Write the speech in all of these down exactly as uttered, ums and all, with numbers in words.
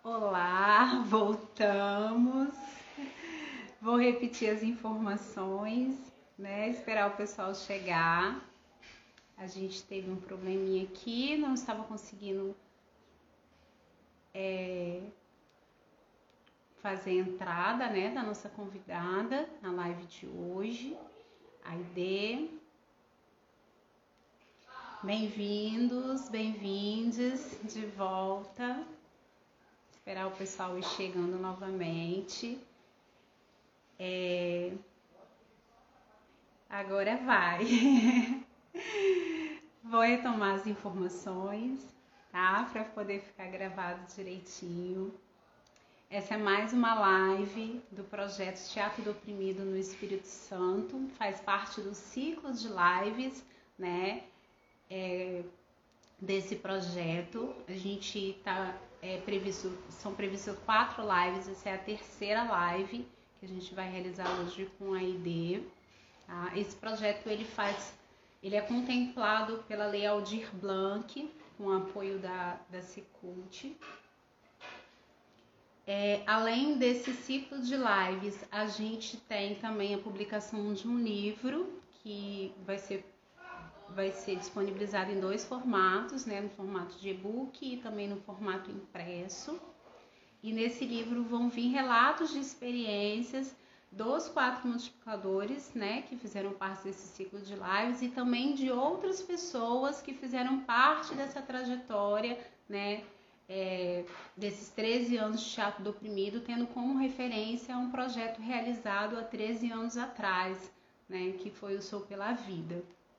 Olá, voltamos. Vou repetir as informações, né? Esperar o pessoal chegar. A gente teve um probleminha aqui, não estava conseguindo é, fazer a entrada, né, da nossa convidada na live de hoje, Aide. Bem-vindos, bem-vindes de volta. Esperar o pessoal ir chegando novamente. É... Agora vai. Vou retomar as informações, tá? Para poder ficar gravado direitinho. Essa é mais uma live do projeto Teatro do Oprimido no Espírito Santo. Faz parte do ciclo de lives, né? É, desse projeto. A gente tá é, previsto, são previstas quatro lives. Essa é a terceira live que a gente vai realizar hoje com a I D. Tá? Esse projeto ele faz, ele é contemplado pela Lei Aldir Blanc, com apoio da, da Secult. É, além desse ciclo de lives, a gente tem também a publicação de um livro que vai ser, vai ser disponibilizado em dois formatos, né? No formato de e-book e também no formato impresso. E nesse livro vão vir relatos de experiências dos quatro multiplicadores, né, que fizeram parte desse ciclo de lives e também de outras pessoas que fizeram parte dessa trajetória, né, é, desses treze anos de Teatro do Oprimido, tendo como referência um projeto realizado há treze anos atrás, né, que foi o Sou pela Vida.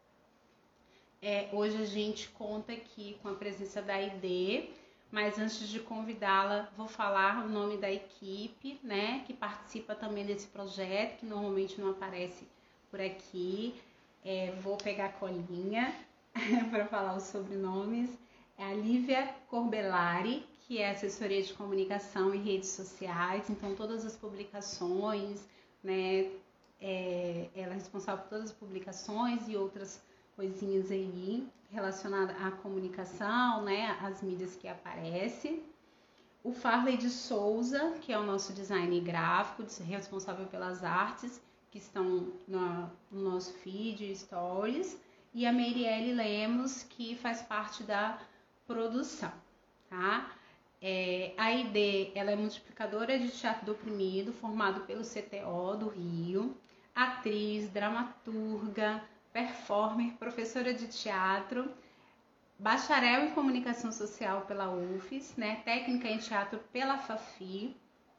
É, hoje a gente conta aqui com a presença da I D, mas antes de convidá-la, vou falar o nome da equipe, né, que participa também desse projeto, que normalmente não aparece por aqui. É, vou pegar a colinha para falar os sobrenomes. É a Lívia Corbellari, que é assessoria de comunicação e redes sociais, então todas as publicações, né, é, ela é responsável por todas as publicações e outras coisinhas aí relacionadas à comunicação, né, às mídias que aparecem. O Farley de Souza, que é o nosso design gráfico, responsável pelas artes que estão no, no nosso feed e stories. E a Meirielle Lemos, que faz parte da produção, tá? É, a I D, ela é multiplicadora de teatro do oprimido, formado pelo C T O do Rio, atriz, dramaturga, performer, professora de teatro, bacharel em comunicação social pela U F S, né, técnica em teatro pela FAFI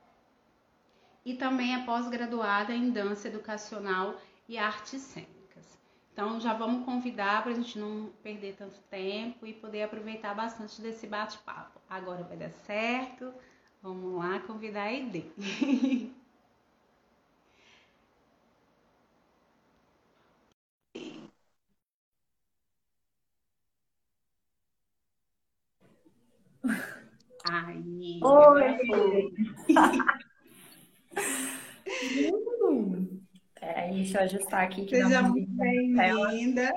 e também é pós-graduada em dança educacional e artes cênicas. Então já vamos convidar para a gente não perder tanto tempo e poder aproveitar bastante desse bate-papo. Agora vai dar certo, vamos lá convidar a I D. Aí, agora foi. Hum, Peraí, deixa eu ajustar aqui que dá Seja uma muito dividida na tela. bem-vinda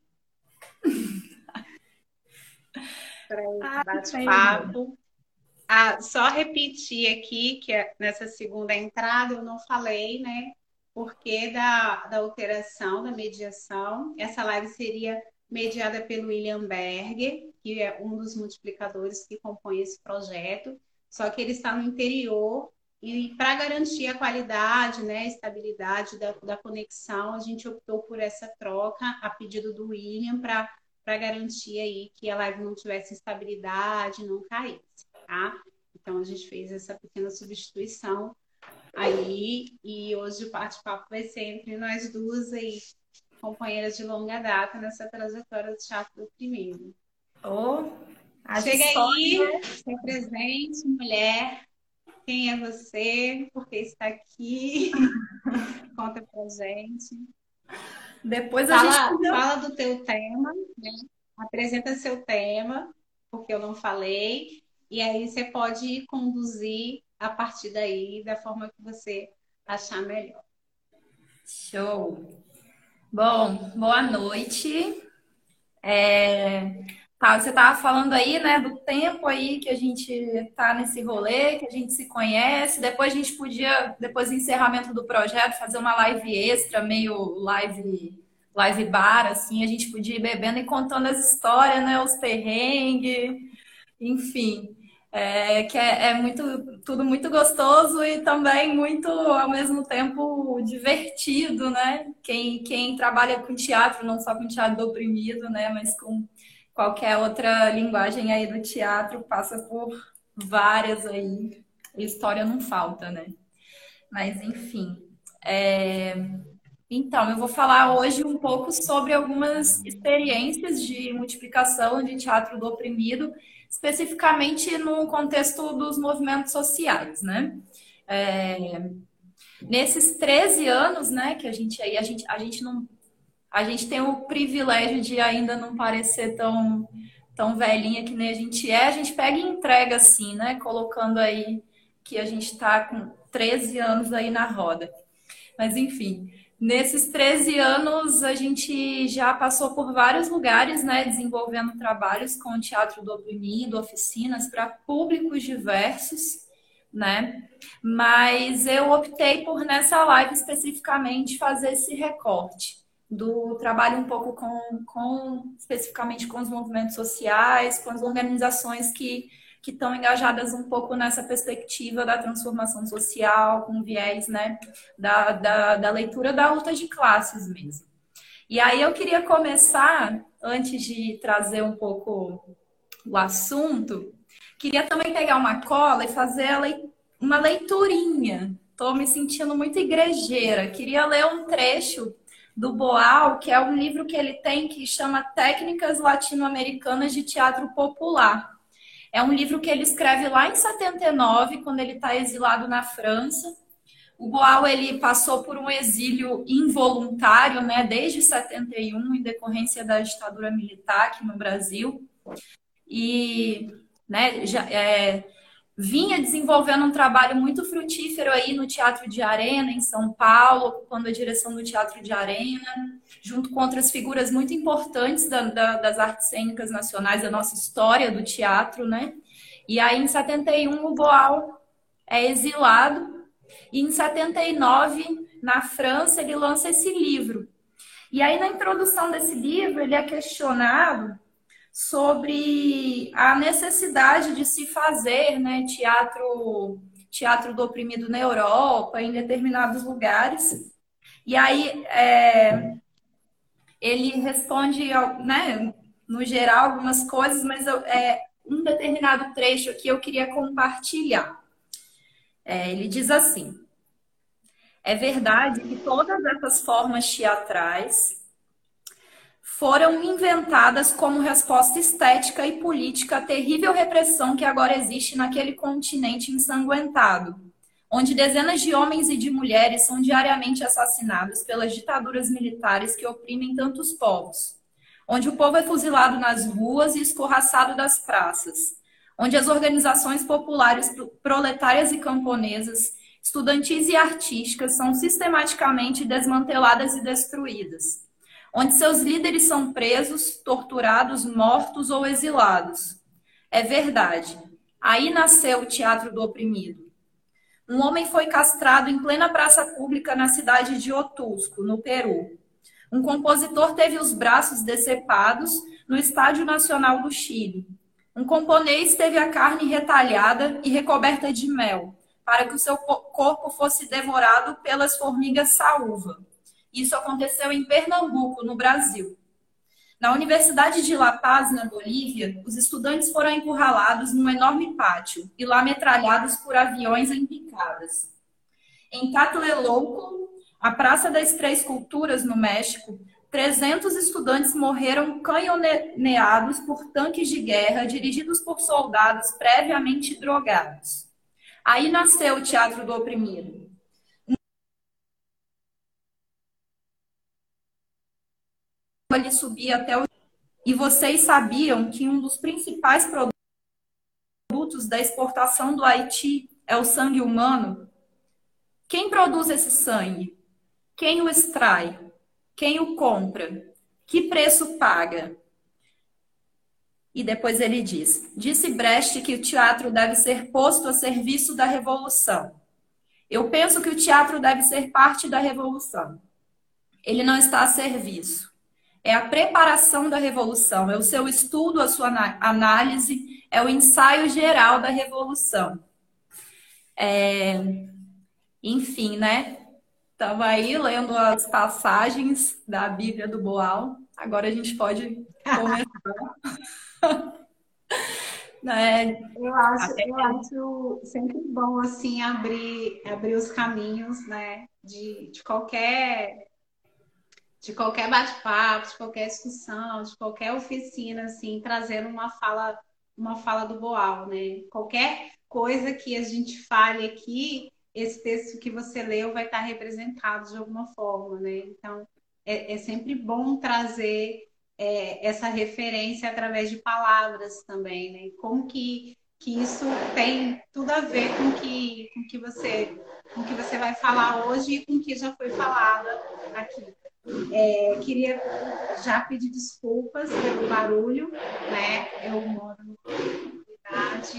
para esse Ah, bem. bate-papo. Ah, só repetir aqui que nessa segunda entrada eu não falei, né? Porque da, da alteração, da mediação, essa live seria mediada pelo William Berger, que é um dos multiplicadores que compõe esse projeto, só que ele está no interior e para garantir a qualidade, né, a estabilidade da, da conexão, a gente optou por essa troca a pedido do William para para garantir aí que a live não tivesse instabilidade, não caísse, tá? Então a gente fez essa pequena substituição aí e hoje o bate-papo vai ser entre nós duas aí, companheiras de longa data nessa trajetória do Teatro do Oprimido. Oh, haja Chega história. aí, se apresente, mulher. Quem é você? Por que está aqui? Conta pra gente. Depois a gente Fala, ainda. fala do teu tema, né? Apresenta seu tema, porque eu não falei, e aí você pode conduzir a partir daí da forma que você achar melhor. Show. Bom, boa noite. É, Tá, você estava falando aí, né, do tempo aí que a gente tá nesse rolê, que a gente se conhece. Depois a gente podia, depois do encerramento do projeto, fazer uma live extra, meio live, live bar, assim, a gente podia ir bebendo e contando as histórias, né, os perrengues, enfim. É, que é, é muito, tudo muito gostoso e também muito, ao mesmo tempo, divertido, né? Quem, quem trabalha com teatro, não só com teatro do oprimido, né, mas com qualquer outra linguagem aí do teatro passa por várias aí. História não falta, né? Mas enfim. É, Então, eu vou falar hoje um pouco sobre algumas experiências de multiplicação de teatro do oprimido, especificamente no contexto dos movimentos sociais, né? É, Nesses treze anos, né, que a gente aí, a gente, a gente não a gente tem o privilégio de ainda não parecer tão, tão velhinha que nem a gente é. A gente pega e entrega assim, né? Colocando aí que a gente está com treze anos aí na roda. Mas enfim, nesses treze anos a gente já passou por vários lugares, né? Desenvolvendo trabalhos com o Teatro do Oprimido, oficinas para públicos diversos, né? Mas eu optei por nessa live especificamente fazer esse recorte do trabalho um pouco com, com especificamente com os movimentos sociais, com as organizações que que estão engajadas um pouco nessa perspectiva da transformação social, com viés, né, da, da, da leitura da luta de classes mesmo. E aí eu queria começar, antes de trazer um pouco o assunto, queria também pegar uma cola e fazer uma leiturinha. Estou me sentindo muito igrejeira. Queria ler um trecho do Boal, que é um livro que ele tem que chama Técnicas Latino-Americanas de Teatro Popular. É um livro que ele escreve lá em setenta e nove, quando ele está exilado na França. O Boal ele passou por um exílio involuntário, né, desde setenta e um, em decorrência da ditadura militar aqui no Brasil. E né, já, é, vinha desenvolvendo um trabalho muito frutífero aí no Teatro de Arena, em São Paulo, ocupando a direção do Teatro de Arena, junto com outras figuras muito importantes da, da, das artes cênicas nacionais, da nossa história do teatro, né? E aí, em setenta e um, o Boal é exilado, e em setenta e nove, na França, ele lança esse livro. E aí, na introdução desse livro, ele é questionado sobre a necessidade de se fazer, né, teatro, teatro do oprimido na Europa, em determinados lugares. E aí é, ele responde, né, no geral, algumas coisas, mas eu, é, um determinado trecho aqui eu queria compartilhar. É, ele diz assim: é verdade que todas essas formas teatrais foram inventadas como resposta estética e política à terrível repressão que agora existe naquele continente ensanguentado, onde dezenas de homens e de mulheres são diariamente assassinados pelas ditaduras militares que oprimem tantos povos, onde o povo é fuzilado nas ruas e escorraçado das praças, onde as organizações populares proletárias e camponesas, estudantis e artísticas são sistematicamente desmanteladas e destruídas, onde seus líderes são presos, torturados, mortos ou exilados. É verdade. Aí nasceu o Teatro do Oprimido. Um homem foi castrado em plena praça pública na cidade de Otusco, no Peru. Um compositor teve os braços decepados no Estádio Nacional do Chile. Um camponês teve a carne retalhada e recoberta de mel, para que o seu corpo fosse devorado pelas formigas saúva. Isso aconteceu em Pernambuco, no Brasil. Na Universidade de La Paz, na Bolívia, os estudantes foram encurralados num enorme pátio e lá metralhados por aviões em picadas. Em Tlatelolco, a Praça das Três Culturas, no México, trezentos estudantes morreram canhoneados por tanques de guerra dirigidos por soldados previamente drogados. Aí nasceu o Teatro do Oprimido. Ele subia até o... E vocês sabiam que um dos principais produtos da exportação do Haiti é o sangue humano? Quem produz esse sangue? Quem o extrai? Quem o compra? Que preço paga? E depois ele diz: disse Brecht que o teatro deve ser posto a serviço da revolução. Eu penso que o teatro deve ser parte da revolução. Ele não está a serviço. É a preparação da revolução, é o seu estudo, a sua análise, é o ensaio geral da revolução. É... Enfim, né? Estava aí lendo as passagens da Bíblia do Boal. Agora a gente pode começar. né? Eu acho, eu acho sempre bom assim abrir, abrir os caminhos, né? De, de qualquer de qualquer bate-papo, de qualquer discussão, de qualquer oficina, assim, trazendo uma fala, uma fala do Boal, né? Qualquer coisa que a gente fale aqui, esse texto que você leu vai estar representado de alguma forma, né? Então, é, é sempre bom trazer é, essa referência através de palavras também, né? Como que, que isso tem tudo a ver com que, com que você com que você vai falar hoje e com o que já foi falado aqui. É, queria já pedir desculpas pelo barulho, né? Eu moro numa comunidade,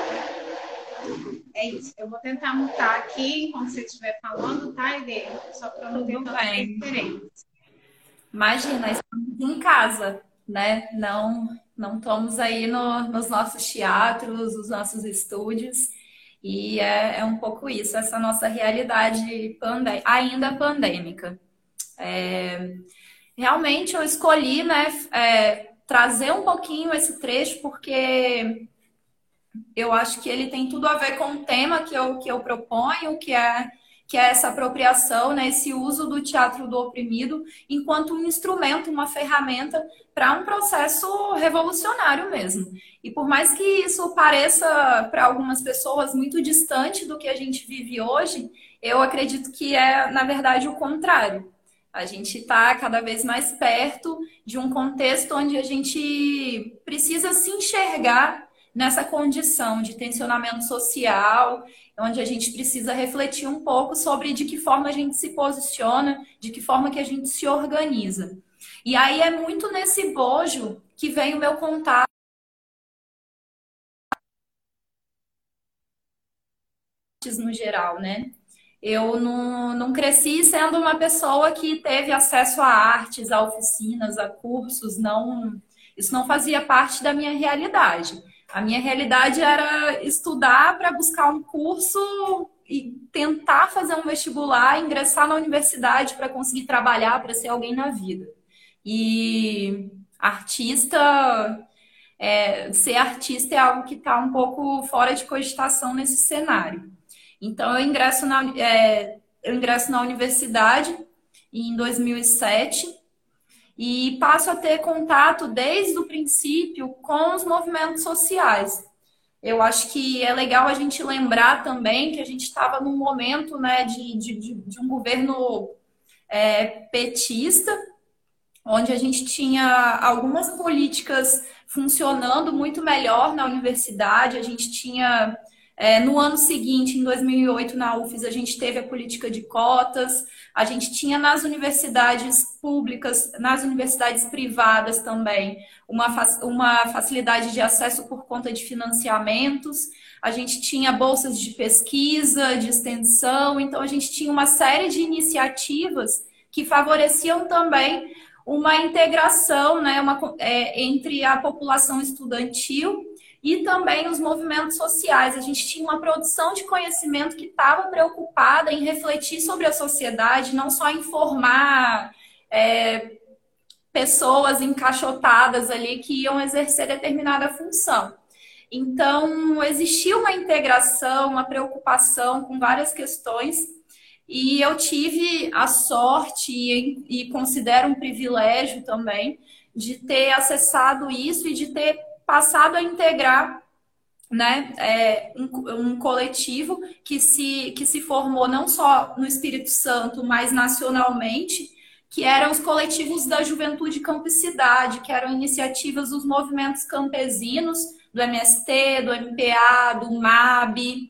então é isso. Eu vou tentar mutar aqui enquanto você estiver falando, tá, Ide? Só para não ter tanta interferência. Imagina, estamos em casa, né? Não, não estamos aí no, nos nossos teatros, nos nossos estúdios. E é, é um pouco isso, essa nossa realidade pandê ainda pandêmica. É, realmente eu escolhi, né, é, trazer um pouquinho esse trecho porque eu acho que ele tem tudo a ver com o tema que eu, que eu proponho, que é, que é essa apropriação, né, esse uso do teatro do oprimido enquanto um instrumento, uma ferramenta para um processo revolucionário mesmo. E por mais que isso pareça para algumas pessoas muito distante do que a gente vive hoje, eu acredito que é, na verdade, o contrário. A gente está cada vez mais perto de um contexto onde a gente precisa se enxergar nessa condição de tensionamento social, onde a gente precisa refletir um pouco sobre de que forma a gente se posiciona, de que forma que a gente se organiza. E aí é muito nesse bojo que vem o meu contato no geral, né? Eu não, não cresci sendo uma pessoa que teve acesso a artes, a oficinas, a cursos, não, isso não fazia parte da minha realidade. A minha realidade era estudar para buscar um curso e tentar fazer um vestibular, ingressar na universidade para conseguir trabalhar, para ser alguém na vida. E artista, é, ser artista é algo que está um pouco fora de cogitação nesse cenário. Então, eu ingresso na, é, eu ingresso na universidade em dois mil e sete e passo a ter contato desde o princípio com os movimentos sociais. Eu acho que é legal a gente lembrar também que a gente estava num momento, né, de, de, de um governo é, petista, onde a gente tinha algumas políticas funcionando muito melhor na universidade, a gente tinha... É, no ano seguinte, em dois mil e oito, na U F S, a gente teve a política de cotas, a gente tinha nas universidades públicas, nas universidades privadas também, uma, uma facilidade de acesso por conta de financiamentos, a gente tinha bolsas de pesquisa, de extensão, então a gente tinha uma série de iniciativas que favoreciam também uma integração, né, uma, é, entre a população estudantil e também os movimentos sociais. A gente tinha uma produção de conhecimento que estava preocupada em refletir sobre a sociedade, não só informar é, pessoas encaixotadas ali que iam exercer determinada função. Então, existia uma integração, uma preocupação com várias questões, e eu tive a sorte, e, e considero um privilégio também, de ter acessado isso e de ter passado a integrar, né, é, um, um coletivo que se, que se formou não só no Espírito Santo, mas nacionalmente, que eram os coletivos da Juventude Campicidade, que eram iniciativas dos movimentos campesinos, do M S T, do M P A, do M A B,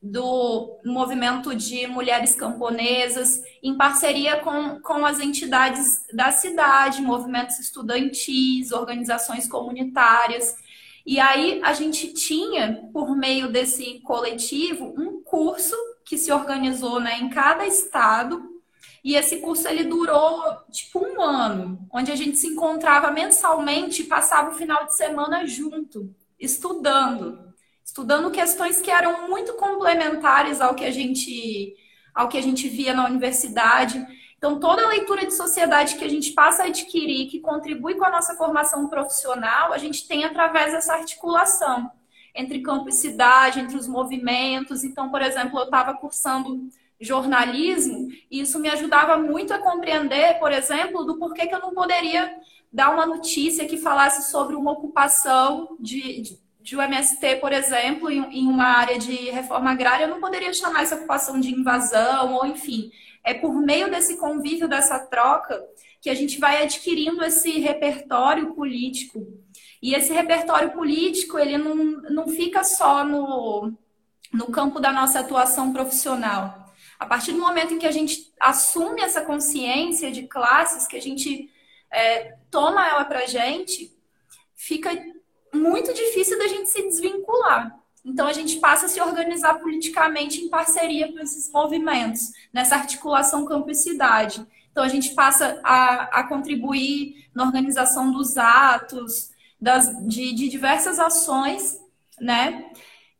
do movimento de mulheres camponesas, em parceria com, com as entidades da cidade, movimentos estudantis, organizações comunitárias. E aí a gente tinha, por meio desse coletivo, um curso que se organizou, né, em cada estado. E esse curso ele durou tipo um ano, onde a gente se encontrava mensalmente e passava o final de semana junto, estudando, estudando questões que eram muito complementares ao que a gente, ao que a gente via na universidade. Então, toda a leitura de sociedade que a gente passa a adquirir, que contribui com a nossa formação profissional, a gente tem através dessa articulação entre campo e cidade, entre os movimentos. Então, por exemplo, eu estava cursando jornalismo e isso me ajudava muito a compreender, por exemplo, do porquê que eu não poderia dar uma notícia que falasse sobre uma ocupação de, de, de um M S T, por exemplo, em, em uma área de reforma agrária. Eu não poderia chamar essa ocupação de invasão, ou enfim. É por meio desse convívio, dessa troca, que a gente vai adquirindo esse repertório político. E esse repertório político, ele não, não fica só no, no campo da nossa atuação profissional. A partir do momento em que a gente assume essa consciência de classes, que a gente é, toma ela pra gente, fica muito difícil da gente se desvincular. Então, a gente passa a se organizar politicamente em parceria com esses movimentos, nessa articulação campo e cidade. Então, a gente passa a, a contribuir na organização dos atos, das, de, de diversas ações, né?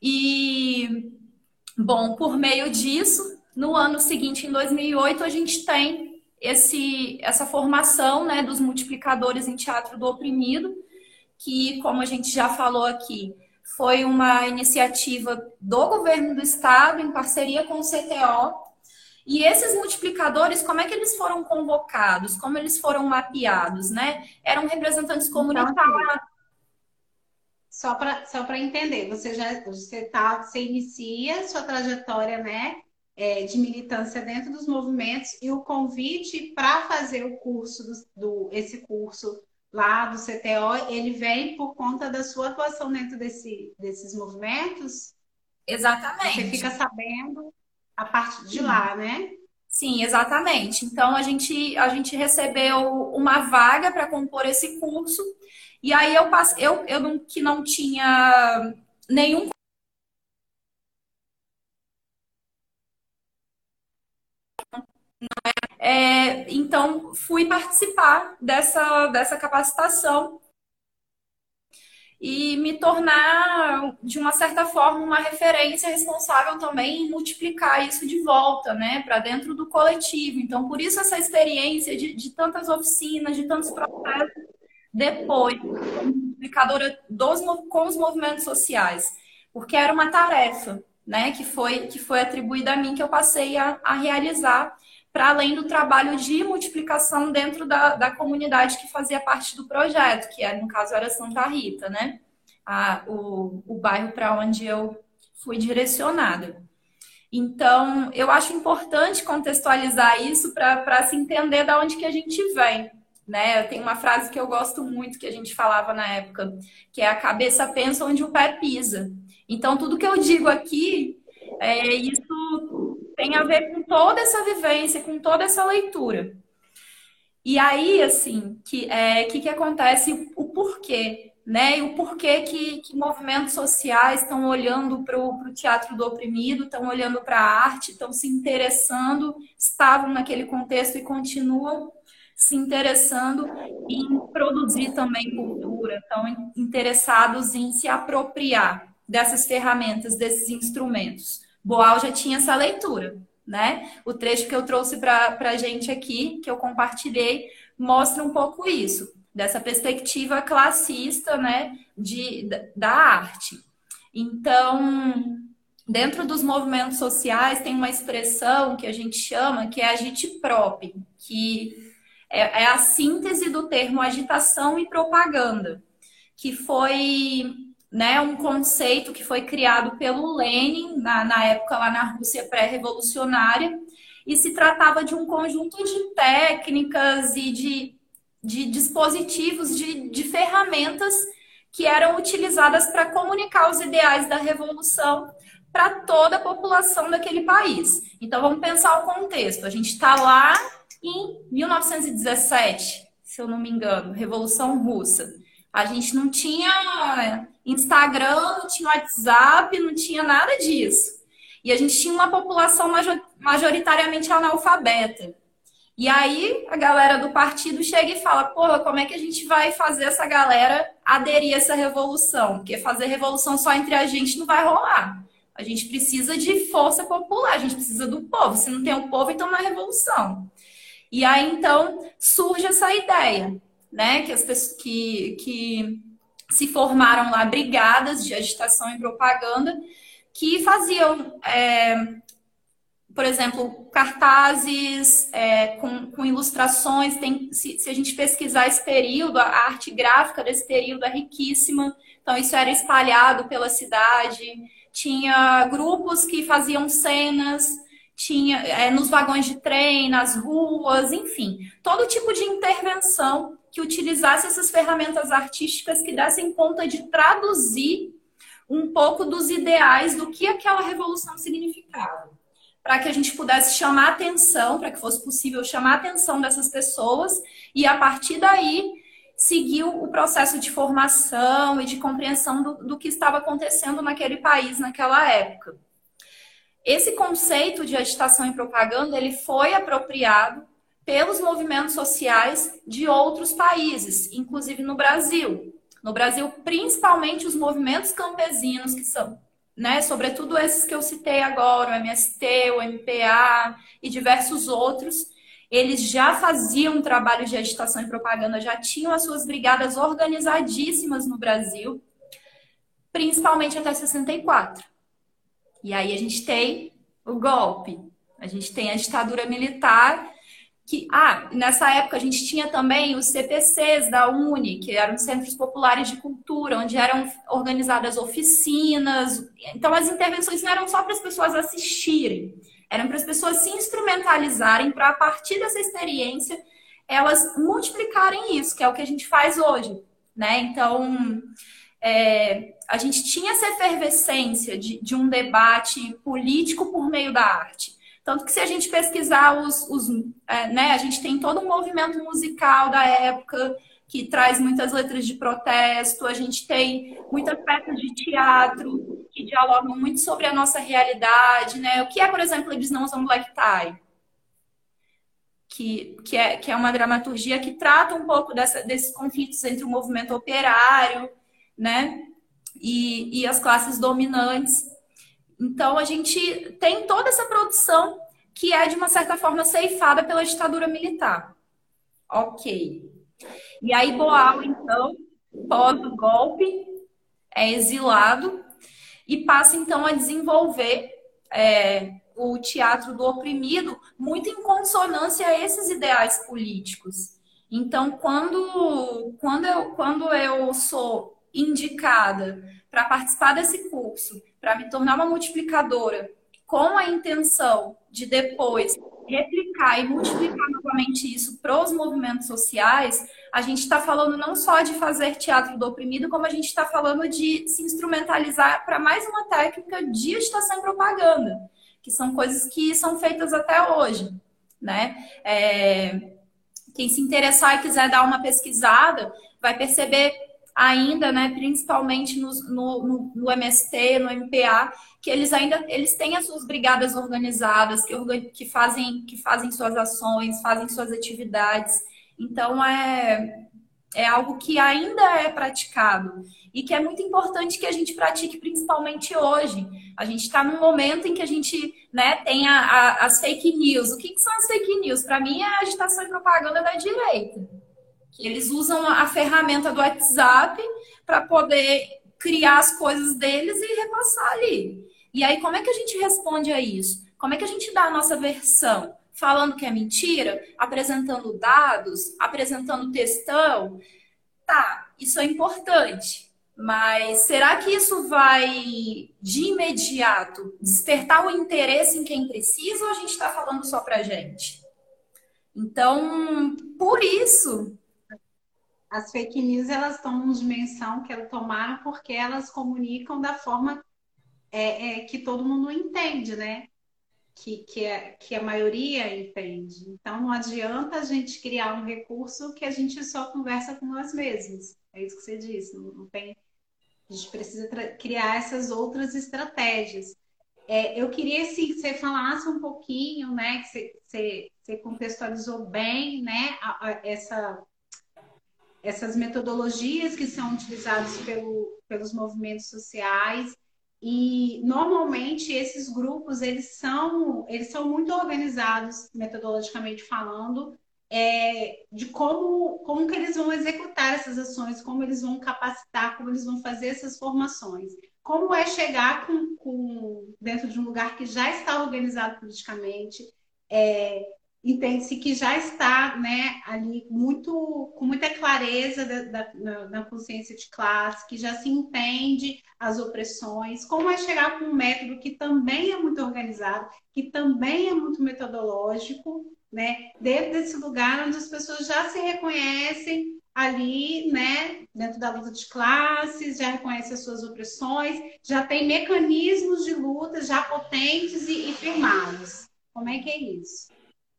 E, bom, por meio disso, no ano seguinte, em dois mil e oito, a gente tem esse, essa formação, né, dos multiplicadores em teatro do oprimido, que, como a gente já falou aqui, foi uma iniciativa do governo do estado, em parceria com o C T O. E esses multiplicadores, como é que eles foram convocados? Como eles foram mapeados, né? Eram representantes comunitários. Então, só para só para entender, você já você tá, você inicia sua trajetória, né, é, de militância dentro dos movimentos, e o convite para fazer o curso do, do esse curso lá do C T O, ele vem por conta da sua atuação dentro desse, desses movimentos? Exatamente. Você fica sabendo a partir de lá, né? Sim, exatamente. Então, a gente, a gente recebeu uma vaga para compor esse curso, e aí eu, passe, eu, eu não, que não tinha nenhum. É, então, fui participar dessa, dessa capacitação e me tornar, de uma certa forma, uma referência responsável também em multiplicar isso de volta, né, para dentro do coletivo. Então, por isso essa experiência de, de tantas oficinas, de tantos processos depois, como multiplicadora dos, com os movimentos sociais, porque era uma tarefa, né, que foi, que foi atribuída a mim, que eu passei a, a realizar, para além do trabalho de multiplicação dentro da, da comunidade que fazia parte do projeto, que era, no caso era Santa Rita, né? A, o, o bairro para onde eu fui direcionada. Então, eu acho importante contextualizar isso para se entender de onde que a gente vem, né? Tem uma frase que eu gosto muito, que a gente falava na época, que é: a cabeça pensa onde o pé pisa. Então, tudo que eu digo aqui, é, isso tem a ver com toda essa vivência, com toda essa leitura. E aí, assim, que é, que, que acontece, o porquê, né? E o porquê que, que movimentos sociais estão olhando para o teatro do oprimido, estão olhando para a arte, estão se interessando, estavam naquele contexto e continuam se interessando em produzir também cultura, estão interessados em se apropriar dessas ferramentas, desses instrumentos. Boal já tinha essa leitura, né? O trecho que eu trouxe para a gente aqui, que eu compartilhei, mostra um pouco isso, dessa perspectiva classista, né, de, da arte. Então, dentro dos movimentos sociais, tem uma expressão que a gente chama, que é agite-prop, que é, é a síntese do termo agitação e propaganda, que foi... né, um conceito que foi criado pelo Lenin, na, na época lá na Rússia pré-revolucionária, e se tratava de um conjunto de técnicas e de, de dispositivos, de, de ferramentas que eram utilizadas para comunicar os ideais da revolução para toda a população daquele país. Então, vamos pensar o contexto. A gente está lá em mil novecentos e dezessete, se eu não me engano, Revolução Russa. A gente não tinha Instagram, não tinha WhatsApp, não tinha nada disso. E a gente tinha uma população majoritariamente analfabeta. E aí a galera do partido chega e fala, pô, como é que a gente vai fazer essa galera aderir a essa revolução? Porque fazer revolução só entre a gente não vai rolar. A gente precisa de força popular, a gente precisa do povo. Se não tem o povo, então não é revolução. E aí, então, surge essa ideia, né? Que as pessoas que, que se formaram lá brigadas de agitação e propaganda que faziam... É, por exemplo, cartazes é, com, com ilustrações. Tem, se, se a gente pesquisar esse período, a arte gráfica desse período é riquíssima. Então, isso era espalhado pela cidade. Tinha grupos que faziam cenas, tinha é, nos vagões de trem, nas ruas, enfim. Todo tipo de intervenção que utilizasse essas ferramentas artísticas que dessem conta de traduzir um pouco dos ideais do que aquela revolução significava, para que a gente pudesse chamar atenção, para que fosse possível chamar a atenção dessas pessoas e, a partir daí, seguir o processo de formação e de compreensão do, do que estava acontecendo naquele país naquela época. Esse conceito de agitação e propaganda, ele foi apropriado pelos movimentos sociais de outros países, inclusive no Brasil. No Brasil, principalmente os movimentos campesinos, que são... Né? Sobretudo esses que eu citei agora, o M S T, o M P A e diversos outros, eles já faziam um trabalho de agitação e propaganda, já tinham as suas brigadas organizadíssimas no Brasil, principalmente até sessenta e quatro. E aí a gente tem o golpe, a gente tem a ditadura militar, que, ah, nessa época a gente tinha também os C P Cs da UNE, que eram Centros Populares de Cultura, onde eram organizadas oficinas. Então, as intervenções não eram só para as pessoas assistirem, eram para as pessoas se instrumentalizarem, para, a partir dessa experiência, elas multiplicarem isso, que é o que a gente faz hoje, né? Então, é, a gente tinha essa efervescência de, de um debate político por meio da arte. Tanto que, se a gente pesquisar os... os é, né, a gente tem todo um movimento musical da época que traz muitas letras de protesto, a gente tem muitas peças de teatro que dialogam muito sobre a nossa realidade, né? O que é, por exemplo, Eles Não Usam Black Tie? Que, que, é, que é uma dramaturgia que trata um pouco dessa, desses conflitos entre o movimento operário, né? E, e as classes dominantes. Então, a gente tem toda essa produção que é, de uma certa forma, ceifada pela ditadura militar. Ok. E aí, Boal, então, pós o golpe, é exilado e passa, então, a desenvolver é, o teatro do oprimido, muito em consonância a esses ideais políticos. Então, quando, quando, eu, quando eu sou indicada para participar desse curso, para me tornar uma multiplicadora, com a intenção de depois replicar e multiplicar novamente isso para os movimentos sociais, a gente está falando não só de fazer teatro do oprimido, como a gente está falando de se instrumentalizar para mais uma técnica de agitação e propaganda, que são coisas que são feitas até hoje, né? É... Quem se interessar e quiser dar uma pesquisada, vai perceber ainda, né, principalmente no, no, no M S T, no M P A, que eles ainda eles têm as suas brigadas organizadas, que, que, fazem, que fazem suas ações, fazem suas atividades. Então, é, é algo que ainda é praticado e que é muito importante que a gente pratique, principalmente hoje. A gente está num momento em que a gente, né, tem a, a, as fake news. O que, que são as fake news? Para mim, é a agitação e propaganda da direita. Eles usam a ferramenta do WhatsApp para poder criar as coisas deles e repassar ali. E aí, como é que a gente responde a isso? Como é que a gente dá a nossa versão? Falando que é mentira? Apresentando dados? Apresentando textão? Tá, isso é importante. Mas será que isso vai, de imediato, despertar o interesse em quem precisa ou a gente está falando só pra gente? Então, por isso... As fake news, elas tomam dimensão que elas tomaram porque elas comunicam da forma é, é, que todo mundo entende, né? Que, que, é, que a maioria entende. Então, não adianta a gente criar um recurso que a gente só conversa com nós mesmos. É isso que você disse, não, não tem, a gente precisa criar essas outras estratégias. É, eu queria assim, que você falasse um pouquinho, né, que você, você, você contextualizou bem, né, a, a, essa, essas metodologias que são utilizadas pelo, pelos movimentos sociais. E normalmente esses grupos eles são eles são muito organizados metodologicamente falando, é, de como como que eles vão executar essas ações, como eles vão capacitar, como eles vão fazer essas formações. Como é chegar com, com dentro de um lugar que já está organizado politicamente, é, entende-se que já está, né, ali muito, com muita clareza da, da, na, na consciência de classe, que já se entende as opressões, como é chegar com um método que também é muito organizado, que também é muito metodológico, né, dentro desse lugar onde as pessoas já se reconhecem ali, né, dentro da luta de classes, já reconhecem as suas opressões, já tem mecanismos de luta já potentes e, e firmados. Como é que é isso?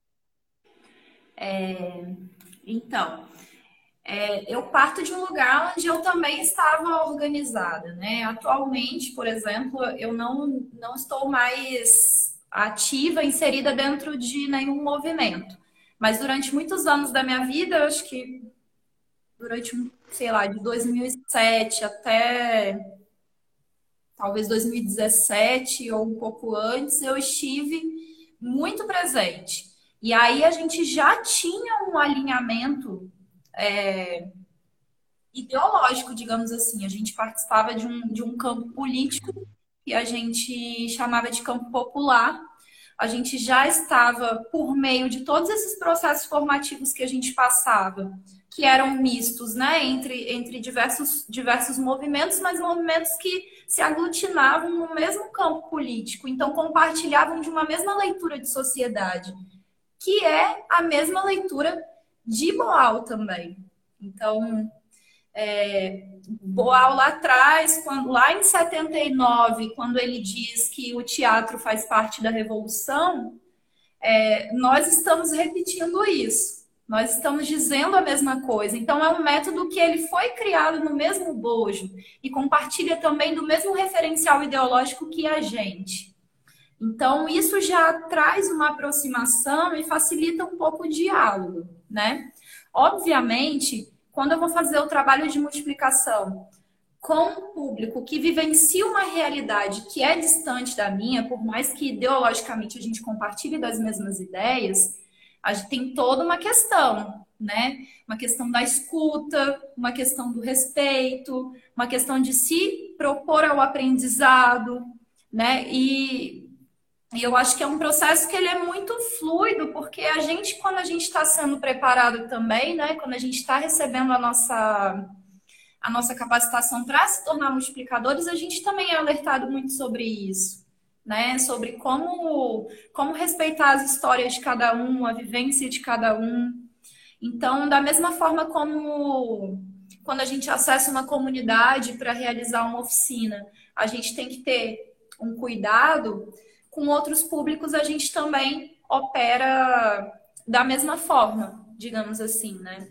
É, então, é, eu parto de um lugar onde eu também estava organizada, né? Atualmente, por exemplo, eu não, não estou mais ativa, inserida dentro de nenhum movimento. Mas durante muitos anos da minha vida, acho que durante, sei lá, de dois mil e sete até talvez dois mil e dezessete ou um pouco antes, eu estive muito presente. E aí a gente já tinha um alinhamento é, ideológico, digamos assim. A gente participava de um, de um campo político que a gente chamava de campo popular. A gente já estava, por meio de todos esses processos formativos que a gente passava, que eram mistos, né, entre, entre diversos, diversos movimentos, mas movimentos que se aglutinavam no mesmo campo político, então compartilhavam de uma mesma leitura de sociedade, que é a mesma leitura de Boal também. Então, é, Boal lá atrás, quando, lá em setenta e nove, quando ele diz que o teatro faz parte da revolução, é, nós estamos repetindo isso. Nós estamos dizendo a mesma coisa. Então, é um método que ele foi criado no mesmo bojo e compartilha também do mesmo referencial ideológico que a gente. Então, isso já traz uma aproximação e facilita um pouco o diálogo, né? Obviamente, quando eu vou fazer o trabalho de multiplicação com um público que vivencia uma realidade que é distante da minha, por mais que ideologicamente a gente compartilhe das mesmas ideias, a gente tem toda uma questão, né? Uma questão da escuta, uma questão do respeito, uma questão de se propor ao aprendizado, né? E, e eu acho que é um processo que ele é muito fluido, porque a gente, quando a gente está sendo preparado também, né? Quando a gente está recebendo a nossa a nossa capacitação para se tornar multiplicadores, a gente também é alertado muito sobre isso, né? Sobre como, como respeitar as histórias de cada um, a vivência de cada um. Então, da mesma forma como quando a gente acessa uma comunidade para realizar uma oficina, a gente tem que ter um cuidado, com outros públicos a gente também opera da mesma forma, digamos assim, né?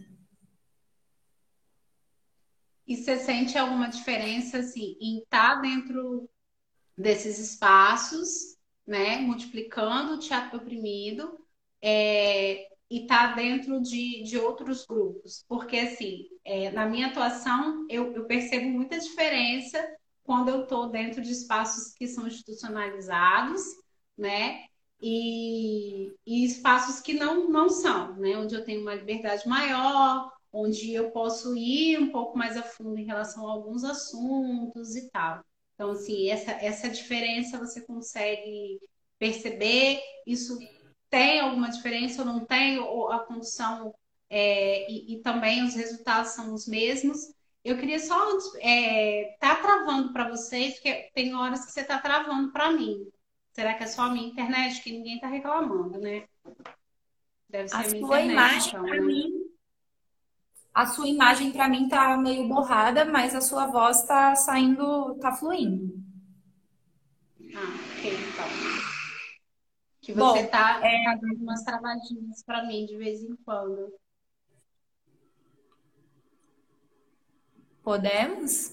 E você sente alguma diferença assim em estar dentro desses espaços, né, multiplicando o teatro oprimido, é, e estar dentro de, de outros grupos? Porque assim, é, na minha atuação eu, eu percebo muita diferença quando eu estou dentro de espaços que são institucionalizados, né? E, e espaços que não, não são, né? Onde eu tenho uma liberdade maior, onde eu posso ir um pouco mais a fundo em relação a alguns assuntos e tal. Então, assim, essa, essa diferença você consegue perceber? Isso tem alguma diferença ou não tem? Ou a condução é, e, e também os resultados são os mesmos? Eu queria só é, tá travando para vocês, porque tem horas que você está travando para mim. Será que é só a minha internet? Que ninguém está reclamando, né? Deve A ser a minha sua internet, imagem, então, para né? mim, a sua imagem para mim tá meio borrada, mas a sua voz tá saindo, tá fluindo. Ah, ok, então. Que você Bom, tá, é, tá dando umas travadinhas para mim de vez em quando. Podemos?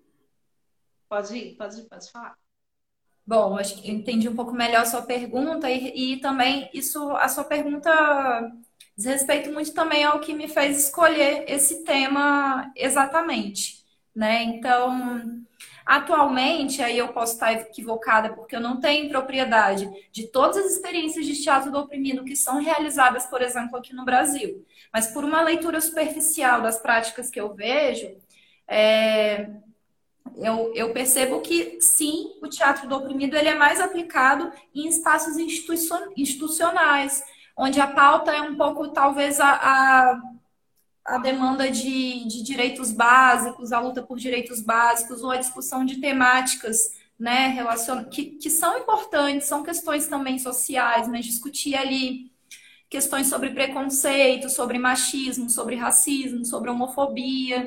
Pode ir, pode, pode falar. Bom, acho que eu entendi um pouco melhor a sua pergunta e, e também isso, a sua pergunta diz respeito muito também ao que me fez escolher esse tema exatamente, né? Então, atualmente, aí eu posso estar equivocada porque eu não tenho propriedade de todas as experiências de teatro do oprimido que são realizadas, por exemplo, aqui no Brasil, mas por uma leitura superficial das práticas que eu vejo, é, Eu, eu percebo que, sim, o teatro do oprimido ele é mais aplicado em espaços instituiço- institucionais, onde a pauta é um pouco, talvez, a, a, a demanda de, de direitos básicos, a luta por direitos básicos, ou a discussão de temáticas, né, relacion... que, que são importantes, são questões também sociais, mas discutir ali questões sobre preconceito, sobre machismo, sobre racismo, sobre homofobia.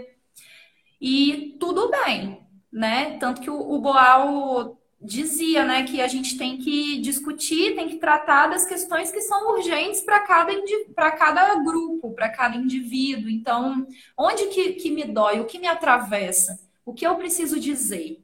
E tudo bem, né? Tanto que o, o Boal dizia, né, que a gente tem que discutir, tem que tratar das questões que são urgentes para cada, para cada grupo, para cada indivíduo. Então, onde que, que me dói, o que me atravessa, o que eu preciso dizer?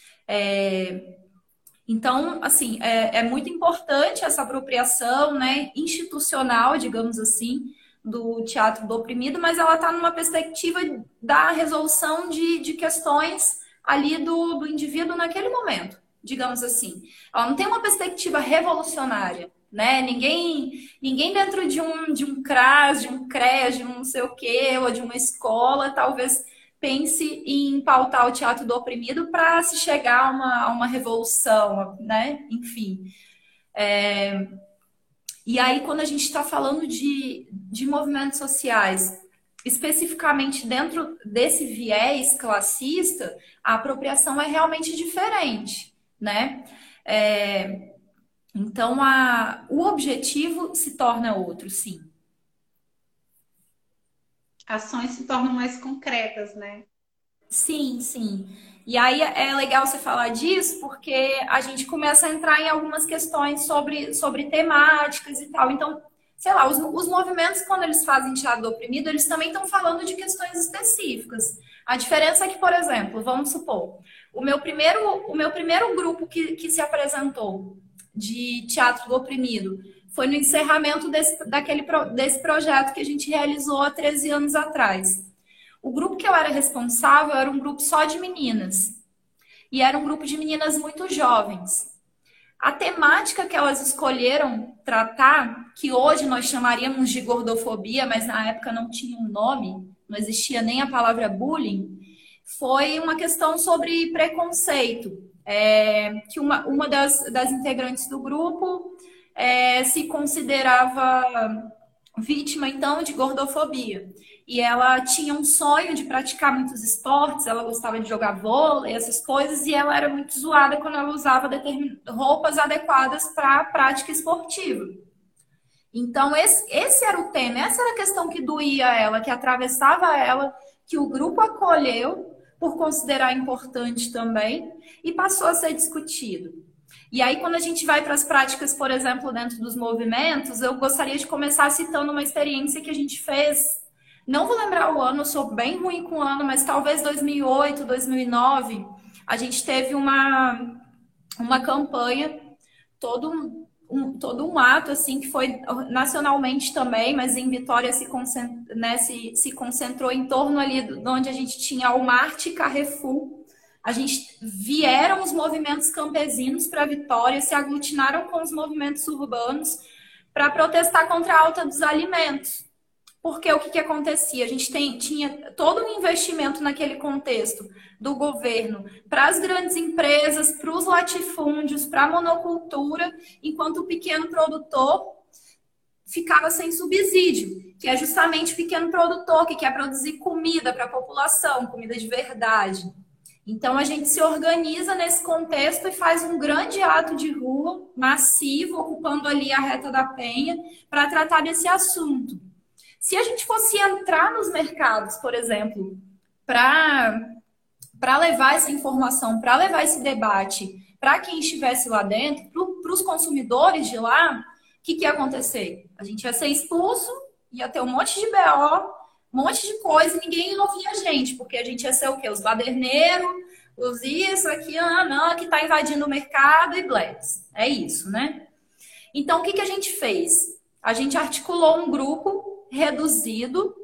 É, então, assim, é, é muito importante essa apropriação, né, institucional, digamos assim, do teatro do oprimido, mas ela está numa perspectiva da resolução de, de questões ali do, do indivíduo naquele momento, digamos assim. Ela não tem uma perspectiva revolucionária, né? Ninguém, ninguém dentro de um, de um CRAS, de um CREAS, de um não sei o quê, ou de uma escola, talvez pense em pautar o teatro do oprimido para se chegar a uma, a uma revolução, né? Enfim. É... E aí, quando a gente está falando de, de movimentos sociais, especificamente dentro desse viés classista, a apropriação é realmente diferente, né? É... Então, a... o objetivo se torna outro, sim. Ações se tornam mais concretas, né? Sim, sim. E aí é legal você falar disso, porque a gente começa a entrar em algumas questões sobre, sobre temáticas e tal. Então, sei lá, os, os movimentos, quando eles fazem teatro do oprimido, eles também estão falando de questões específicas. A diferença é que, por exemplo, vamos supor, o meu primeiro, o meu primeiro grupo que, que se apresentou de teatro do oprimido foi no encerramento desse, daquele, desse projeto que a gente realizou há treze anos atrás. O grupo que eu era responsável era um grupo só de meninas. E era um grupo de meninas muito jovens. A temática que elas escolheram tratar, que hoje nós chamaríamos de gordofobia, mas na época não tinha um nome, não existia nem a palavra bullying, foi uma questão sobre preconceito. É, que uma, uma das, das integrantes do grupo é, se considerava vítima, então, de gordofobia. E ela tinha um sonho de praticar muitos esportes, ela gostava de jogar vôlei, essas coisas, e ela era muito zoada quando ela usava roupas adequadas para a prática esportiva. Então, esse, esse era o tema, essa era a questão que doía ela, que atravessava ela, que o grupo acolheu por considerar importante também, e passou a ser discutido. E aí, quando a gente vai para as práticas, por exemplo, dentro dos movimentos, eu gostaria de começar citando uma experiência que a gente fez. Não vou lembrar o ano, eu sou bem ruim com o ano, mas talvez dois mil e oito, dois mil e nove, a gente teve uma, uma campanha, todo um, todo um ato, assim, que foi nacionalmente também, mas em Vitória se, concentrou, né, se, se concentrou em torno ali de onde a gente tinha o Marte e Carrefour. A gente vieram os movimentos campesinos para Vitória, se aglutinaram com os movimentos urbanos para protestar contra a alta dos alimentos. Porque o que, que acontecia? A gente tem, tinha todo um investimento naquele contexto do governo para as grandes empresas, para os latifúndios, para a monocultura, enquanto o pequeno produtor ficava sem subsídio, que é justamente o pequeno produtor que quer produzir comida para a população, comida de verdade. Então, a gente se organiza nesse contexto e faz um grande ato de rua, massivo, ocupando ali a Reta da Penha, para tratar desse assunto. Se a gente fosse entrar nos mercados, por exemplo, para levar essa informação, para levar esse debate para quem estivesse lá dentro, para os consumidores de lá, o que, que ia acontecer? A gente ia ser expulso, ia ter um monte de B O, um monte de coisa, e ninguém ouvia a gente, porque a gente ia ser o quê? Os baderneiros, os isso, aqui, ah, não, que tá invadindo o mercado e blés. É isso, né? Então, o que que a gente fez? A gente articulou um grupo reduzido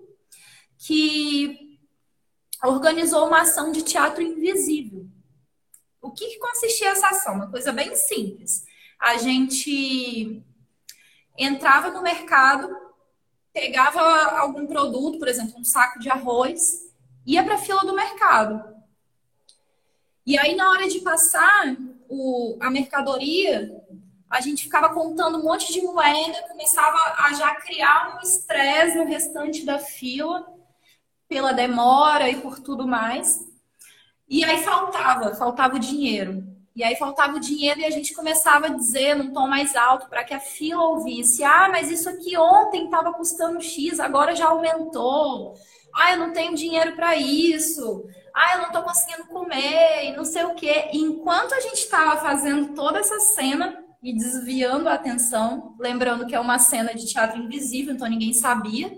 que organizou uma ação de teatro invisível. O que que consistia essa ação? Uma coisa bem simples. A gente entrava no mercado, pegava algum produto, por exemplo, um saco de arroz, ia para a fila do mercado. E aí, na hora de passar o, a mercadoria, a gente ficava contando um monte de moeda, começava a já criar um estresse no restante da fila, pela demora e por tudo mais. E aí faltava, faltava o dinheiro. E aí faltava o dinheiro e a gente começava a dizer num tom mais alto para que a fila ouvisse: ah, mas isso aqui ontem estava custando X, agora já aumentou. Ah, eu não tenho dinheiro para isso. Ah, eu não estou conseguindo comer e não sei o quê. E enquanto a gente estava fazendo toda essa cena e desviando a atenção, lembrando que é uma cena de teatro invisível, então ninguém sabia,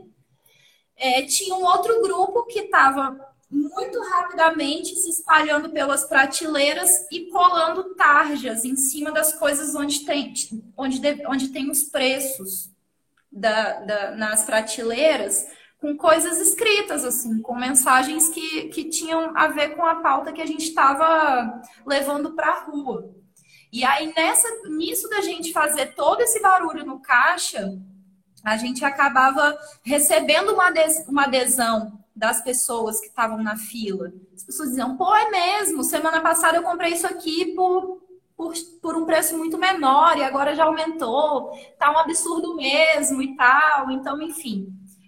é, tinha um outro grupo que estava muito rapidamente se espalhando pelas prateleiras e colando tarjas em cima das coisas onde tem, onde, onde tem os preços da, da, nas prateleiras, com coisas escritas, assim, com mensagens que, que tinham a ver com a pauta que a gente estava levando para a rua. E aí, nessa, nisso da gente fazer todo esse barulho no caixa, a gente acabava recebendo uma, ades, uma adesão das pessoas que estavam na fila. As pessoas diziam: pô, é mesmo, semana passada eu comprei isso aqui por, por, por um preço muito menor e agora já aumentou, tá um absurdo mesmo e tal. Então, enfim,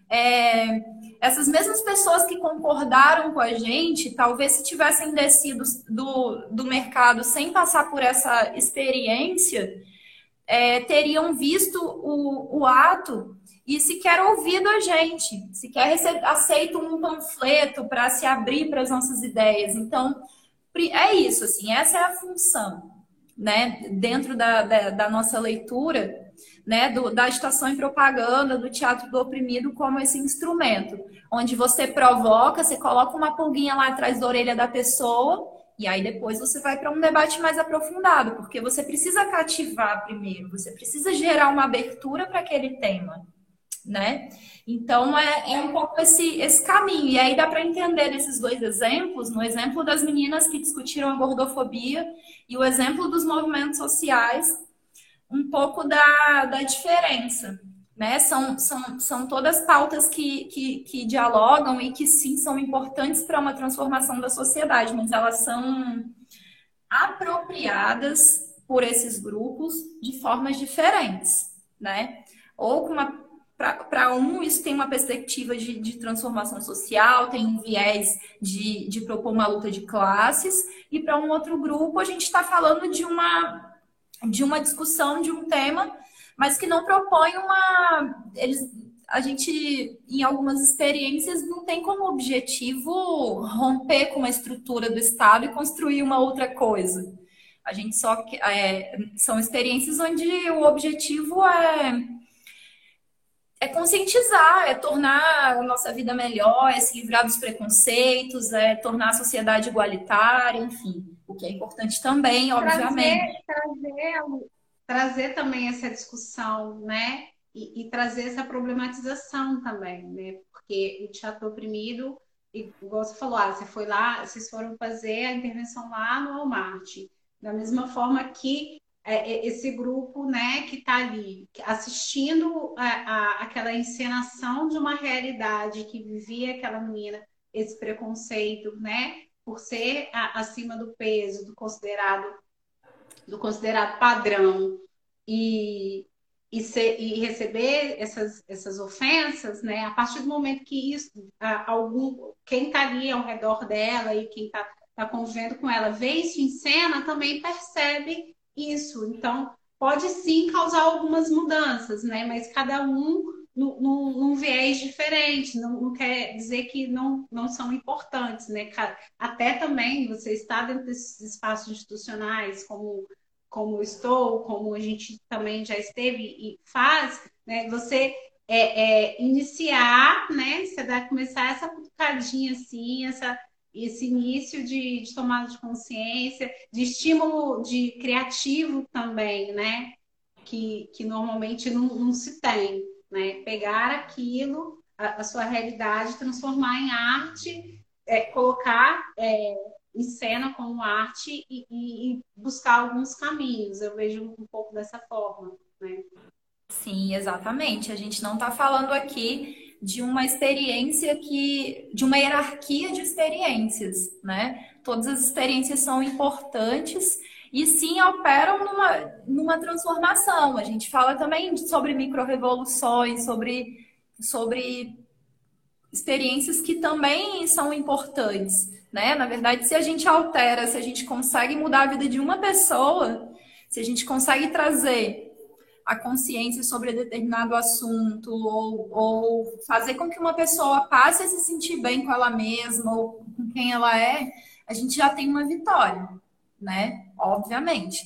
é, essas mesmas pessoas que concordaram com a gente, talvez se tivessem descido do, do mercado sem passar por essa experiência, é, teriam visto o, o ato e sequer ouvido a gente, sequer recebido, aceito um panfleto para se abrir para as nossas ideias. Então, é isso, assim, essa é a função, né, dentro da, da, da nossa leitura, né, do, da agitação e propaganda, do teatro do oprimido como esse instrumento, onde você provoca, você coloca uma pulguinha lá atrás da orelha da pessoa, e aí depois você vai para um debate mais aprofundado, porque você precisa cativar primeiro, você precisa gerar uma abertura para aquele tema, né? Então é, é um pouco esse, esse caminho. E aí dá para entender nesses dois exemplos, no exemplo das meninas que discutiram a gordofobia e o exemplo dos movimentos sociais, um pouco da, da diferença, né? São, são, são todas pautas que, que, que dialogam e que sim são importantes para uma transformação da sociedade, mas elas são apropriadas por esses grupos de formas diferentes, né? Ou com uma para um, isso tem uma perspectiva de, de transformação social, tem um viés de, de propor uma luta de classes, e para um outro grupo a gente está falando de uma, de uma discussão de um tema, mas que não propõe uma... Eles, a gente, em algumas experiências, não tem como objetivo romper com a estrutura do Estado e construir uma outra coisa. A gente só... É, são experiências onde o objetivo é... É conscientizar, é tornar a nossa vida melhor, é se livrar dos preconceitos, é tornar a sociedade igualitária, enfim. O que é importante também, obviamente. Trazer, trazer, trazer também essa discussão, né? E, e trazer essa problematização também, né? Porque o teatro oprimido, igual você falou, ah, você foi lá, vocês foram fazer a intervenção lá no Walmart. Da mesma forma que esse grupo, né, que está ali assistindo a, a, aquela encenação de uma realidade que vivia aquela menina, esse preconceito, né, por ser a, acima do peso, do considerado, do considerado padrão e, e, ser, e receber essas, essas ofensas, né, a partir do momento que isso, a, algum, quem está ali ao redor dela e quem está tá convivendo com ela vê isso em cena, também percebe isso. Então, pode sim causar algumas mudanças, né? Mas cada um num, num viés diferente, não, não quer dizer que não, não são importantes, né? Até também você está dentro desses espaços institucionais, como, como eu estou, como a gente também já esteve e faz, né? Você é, é iniciar, né? Você vai começar essa cutucadinha assim, essa, esse início de, de tomada de consciência, de estímulo de criativo também, né? Que, que normalmente não, não se tem, né? Pegar aquilo, a, a sua realidade, transformar em arte, é, colocar é, em cena como arte e, e, e buscar alguns caminhos. Eu vejo um pouco dessa forma, né? Sim, exatamente. A gente não está falando aqui de uma experiência que, de uma hierarquia de experiências, né? Todas as experiências são importantes e sim operam numa, numa transformação. A gente fala também sobre micro-revoluções, sobre, sobre experiências que também são importantes, né? Na verdade, se a gente altera, se a gente consegue mudar a vida de uma pessoa, se a gente consegue trazer a consciência sobre determinado assunto ou, ou fazer com que uma pessoa passe a se sentir bem com ela mesma ou com quem ela é, a gente já tem uma vitória, né? Obviamente.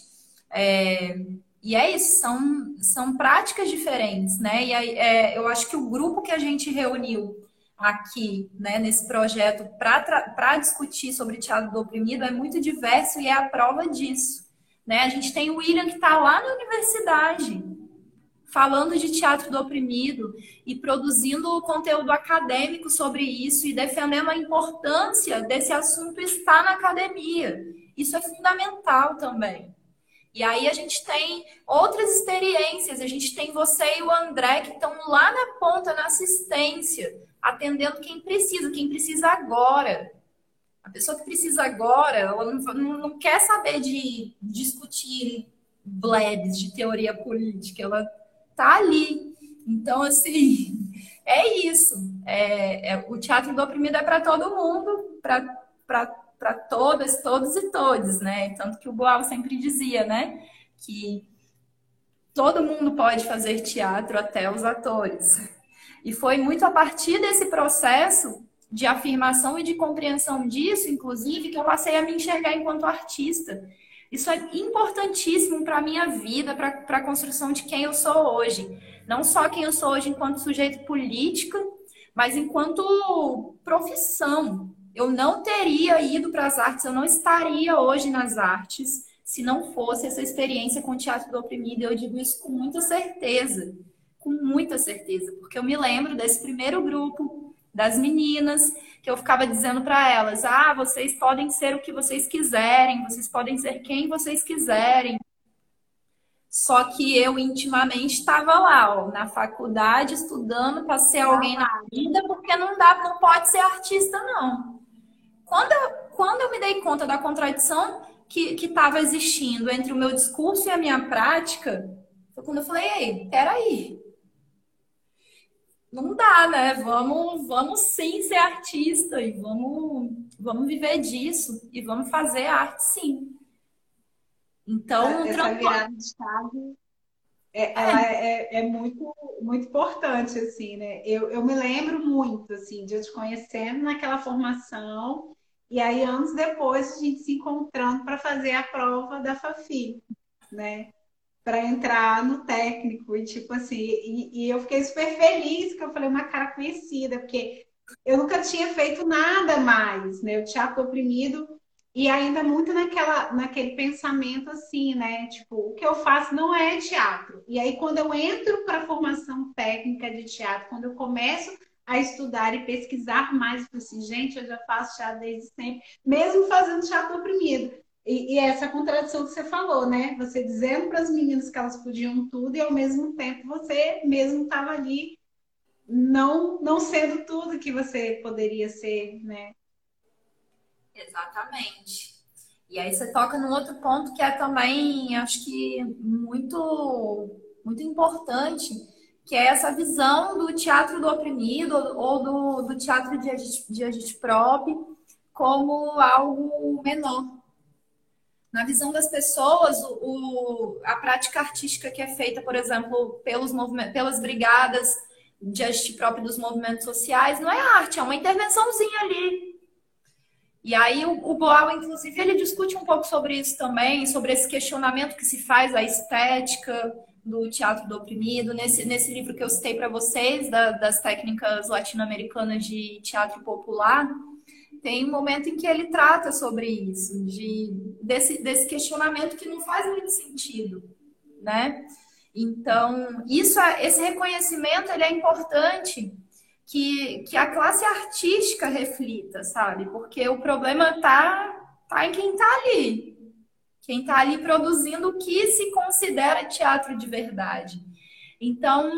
É, e é isso, são, são práticas diferentes, né? E aí, é, eu acho que o grupo que a gente reuniu aqui, né, nesse projeto para discutir sobre teatro do oprimido é muito diverso e é a prova disso. Né? A gente tem o William que está lá na universidade falando de teatro do oprimido e produzindo conteúdo acadêmico sobre isso e defendendo a importância desse assunto estar na academia. Isso é fundamental também. E aí a gente tem outras experiências, a gente tem você e o André que estão lá na ponta, na assistência, atendendo quem precisa, quem precisa agora. A pessoa que precisa agora, ela não, não, não quer saber de discutir blebs de teoria política, ela tá ali. Então, assim, é isso. É, é, o teatro do oprimido é para todo mundo, para todas, todos e todes, né? Tanto que o Boal sempre dizia, né? Que todo mundo pode fazer teatro, até os atores. E foi muito a partir desse processo de afirmação e de compreensão disso, inclusive, que eu passei a me enxergar enquanto artista. Isso é importantíssimo para a minha vida, para a construção de quem eu sou hoje. Não só quem eu sou hoje enquanto sujeito político, mas enquanto profissão. Eu não teria ido para as artes, eu não estaria hoje nas artes se não fosse essa experiência com o teatro do oprimido. Eu digo isso com muita certeza, com muita certeza, porque eu me lembro desse primeiro grupo, das meninas, que eu ficava dizendo para elas, ah, vocês podem ser o que vocês quiserem, vocês podem ser quem vocês quiserem. Só que eu intimamente estava lá, ó, na faculdade, estudando para ser alguém na vida, porque não dá, não pode ser artista, não. Quando eu, quando eu me dei conta da contradição que estava existindo entre o meu discurso e a minha prática, foi quando eu falei, ei, peraí, não dá, né? Vamos, vamos sim ser artista e vamos, vamos viver disso e vamos fazer arte, sim. Então, essa virada de chave, é, ela é, é, é muito, muito importante, assim, né? Eu, eu me lembro muito, assim, de eu te conhecendo naquela formação e aí anos depois a gente se encontrando para fazer a prova da Fafi, né? Para entrar no técnico e tipo assim, e, e eu fiquei super feliz que eu falei uma cara conhecida, porque eu nunca tinha feito nada mais, né? O teatro oprimido e ainda muito naquela, naquele pensamento assim, né? Tipo, o que eu faço não é teatro. E aí quando eu entro para a formação técnica de teatro, quando eu começo a estudar e pesquisar mais, eu falei assim, gente, eu já faço teatro desde sempre, mesmo fazendo teatro oprimido. E, e essa contradição que você falou, né? Você dizendo para as meninas que elas podiam tudo e ao mesmo tempo você mesmo estava ali não não sendo tudo que você poderia ser, né? Exatamente. E aí você toca num outro ponto que é também, acho que muito, muito importante, que é essa visão do teatro do oprimido ou do, do teatro de, de agitprop como algo menor. Na visão das pessoas, o, a prática artística que é feita, por exemplo, pelos movimentos, pelas brigadas de agitprop dos movimentos sociais, não é arte, é uma intervençãozinha ali. E aí o, o Boal, inclusive, ele discute um pouco sobre isso também, sobre esse questionamento que se faz à estética, do teatro do oprimido. Nesse, nesse livro que eu citei para vocês, da, das técnicas latino-americanas de teatro popular, tem um momento em que ele trata sobre isso, de, desse, desse questionamento que não faz muito sentido, né? Então, isso, esse reconhecimento ele é importante que, que a classe artística reflita, sabe? Porque o problema está tá em quem está ali. Quem está ali produzindo o que se considera teatro de verdade. Então,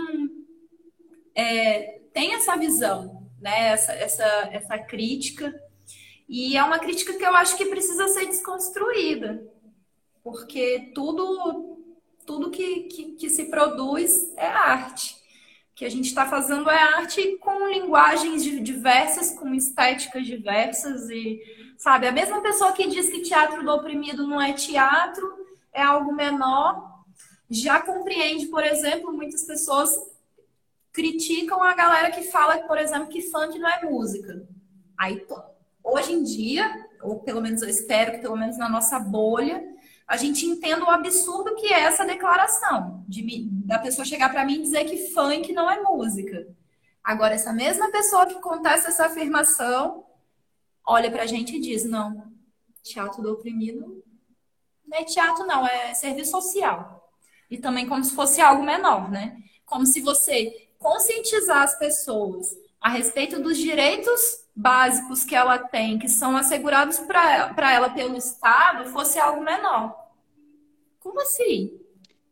é, tem essa visão, né? essa, essa, essa crítica. E é uma crítica que eu acho que precisa ser desconstruída. Porque tudo, tudo que, que, que se produz é arte. O que a gente está fazendo é arte com linguagens diversas, com estéticas diversas e, sabe, a mesma pessoa que diz que teatro do oprimido não é teatro, é algo menor, já compreende, por exemplo, muitas pessoas criticam a galera que fala, por exemplo, que funk não é música. Aí, hoje em dia, ou pelo menos eu espero que pelo menos na nossa bolha, a gente entenda o absurdo que é essa declaração, de, da pessoa chegar para mim e dizer que funk não é música. Agora, essa mesma pessoa que contesta essa afirmação, olha pra gente e diz, não, teatro do oprimido não é teatro não, é serviço social. E também como se fosse algo menor, né? Como se você conscientizar as pessoas a respeito dos direitos básicos que ela tem, que são assegurados para ela pelo Estado, fosse algo menor. Como assim?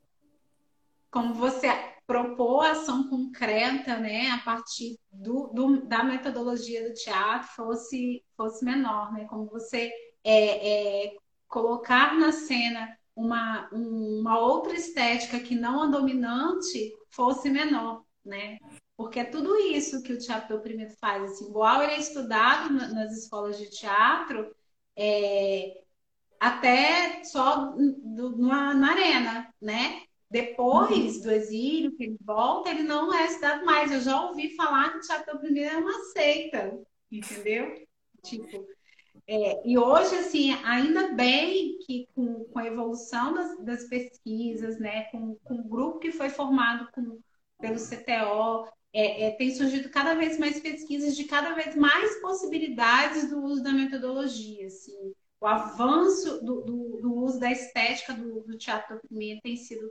Como você propor ação concreta, né, a partir do, do, da metodologia do teatro fosse, fosse menor, né? Como você é, é, colocar na cena uma, uma outra estética que não a dominante fosse menor, né? Porque é tudo isso que o teatro do oprimido faz. Assim, igual ele é estudado nas escolas de teatro, é, até só do, na, na arena, né? Depois do exílio, que ele volta, ele não é estudado mais. Eu já ouvi falar que o teatro do oprimido é uma seita, entendeu? Tipo, é, e hoje, assim, ainda bem que com, com a evolução das, das pesquisas, né, com, com o grupo que foi formado com, pelo C T O, é, é, tem surgido cada vez mais pesquisas de cada vez mais possibilidades do uso da metodologia, assim. O avanço do, do, do uso da estética do, do teatro do oprimido tem sido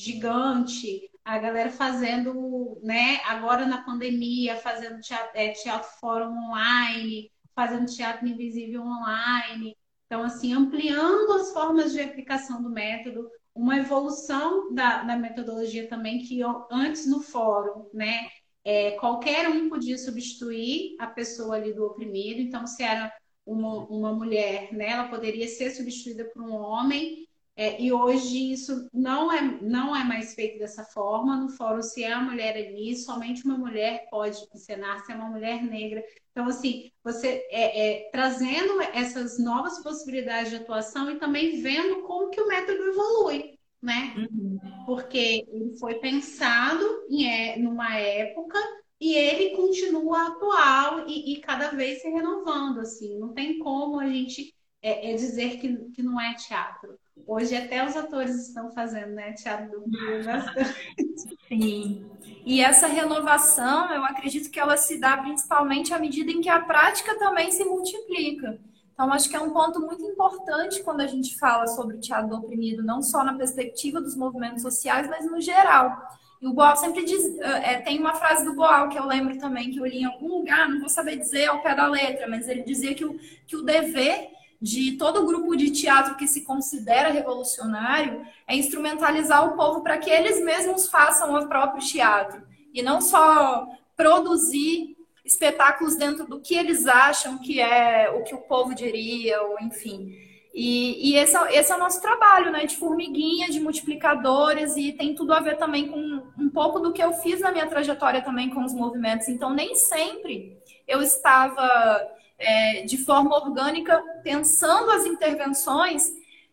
gigante. A galera fazendo, né, agora na pandemia, fazendo teatro, é, teatro fórum online, fazendo teatro invisível online. Então, assim, ampliando as formas de aplicação do método, uma evolução da, da metodologia também, que antes no fórum, né, é, qualquer um podia substituir a pessoa ali do oprimido. Então, se era uma, uma mulher, né, ela poderia ser substituída por um homem. É, e hoje isso não é, não é mais feito dessa forma. No fórum, se é uma mulher ali, somente uma mulher pode encenar, se é uma mulher negra. Então, assim, você é, é, trazendo essas novas possibilidades de atuação e também vendo como que o método evolui, né? Uhum. Porque ele foi pensado em, é, numa época e ele continua atual e, e cada vez se renovando, assim. Não tem como a gente é, é dizer que, que não é teatro. Hoje até os atores estão fazendo, né? Teatro do Rio, bastante. Sim. E essa renovação, eu acredito que ela se dá principalmente à medida em que a prática também se multiplica. Então, acho que é um ponto muito importante quando a gente fala sobre o teatro do oprimido, não só na perspectiva dos movimentos sociais, mas no geral. E o Boal sempre diz, é, tem uma frase do Boal que eu lembro também, que eu li em algum lugar, não vou saber dizer ao pé da letra, mas ele dizia que o, que o dever de todo grupo de teatro que se considera revolucionário é instrumentalizar o povo para que eles mesmos façam o próprio teatro e não só produzir espetáculos dentro do que eles acham que é o que o povo diria, ou enfim. E, e esse, é, esse é o nosso trabalho, né? De formiguinha, de multiplicadores, e tem tudo a ver também com um pouco do que eu fiz na minha trajetória também com os movimentos. Então, nem sempre eu estava é, de forma orgânica pensando as intervenções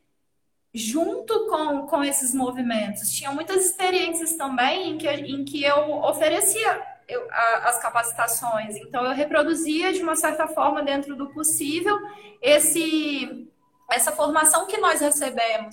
junto com, com esses movimentos. Tinha muitas experiências também em que, em que eu oferecia eu, a, as capacitações. Então, eu reproduzia de uma certa forma, dentro do possível, esse... essa formação que nós recebemos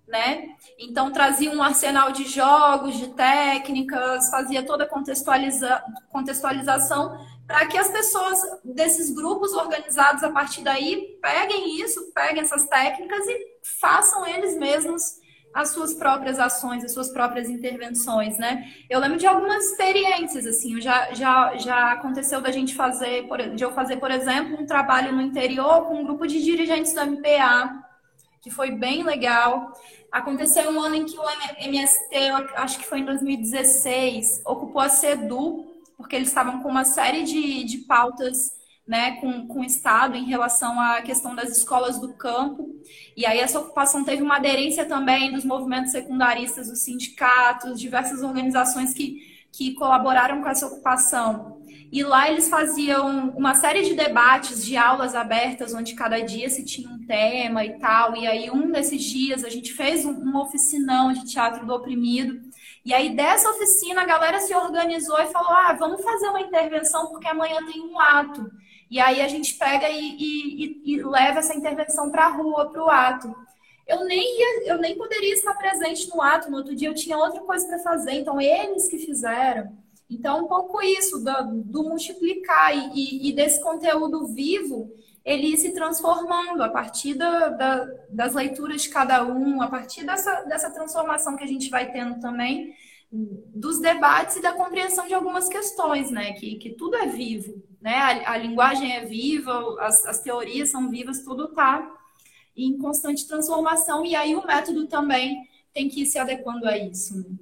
né? Então trazia um arsenal de jogos, de técnicas, fazia toda a contextualiza contextualização para que as pessoas desses grupos organizados a partir daí peguem isso, peguem essas técnicas e façam eles mesmos as suas próprias ações, as suas próprias intervenções, né? Eu lembro de algumas experiências, assim, já, já, já aconteceu da gente fazer, de eu fazer, por exemplo, um trabalho no interior com um grupo de dirigentes do M P A, que foi bem legal. Aconteceu um ano em que o M S T, acho que foi em dois mil e dezesseis, ocupou a SEDU, porque eles estavam com uma série de, de pautas, né, com, com o Estado em relação à questão das escolas do campo. E aí essa ocupação teve uma aderência também dos movimentos secundaristas, dos sindicatos, diversas organizações que, que colaboraram com essa ocupação. E lá eles faziam uma série de debates, de aulas abertas, onde cada dia se tinha um tema e tal. E aí um desses dias a gente fez um, um oficinão de teatro do oprimido. E aí dessa oficina a galera se organizou e falou, ah, vamos fazer uma intervenção porque amanhã tem um ato. E aí a gente pega e, e, e leva essa intervenção para a rua, para o ato. Eu nem, ia, eu nem poderia estar presente no ato, no outro dia eu tinha outra coisa para fazer, então eles que fizeram. Então, um pouco isso, do, do multiplicar e, e, e desse conteúdo vivo, ele ir se transformando a partir da, da, das leituras de cada um, a partir dessa, dessa transformação que a gente vai tendo também, dos debates e da compreensão de algumas questões, né? Que, que tudo é vivo, né? A, a linguagem é viva, as, as teorias são vivas, tudo está em constante transformação, e aí o método também tem que ir se adequando a isso, né?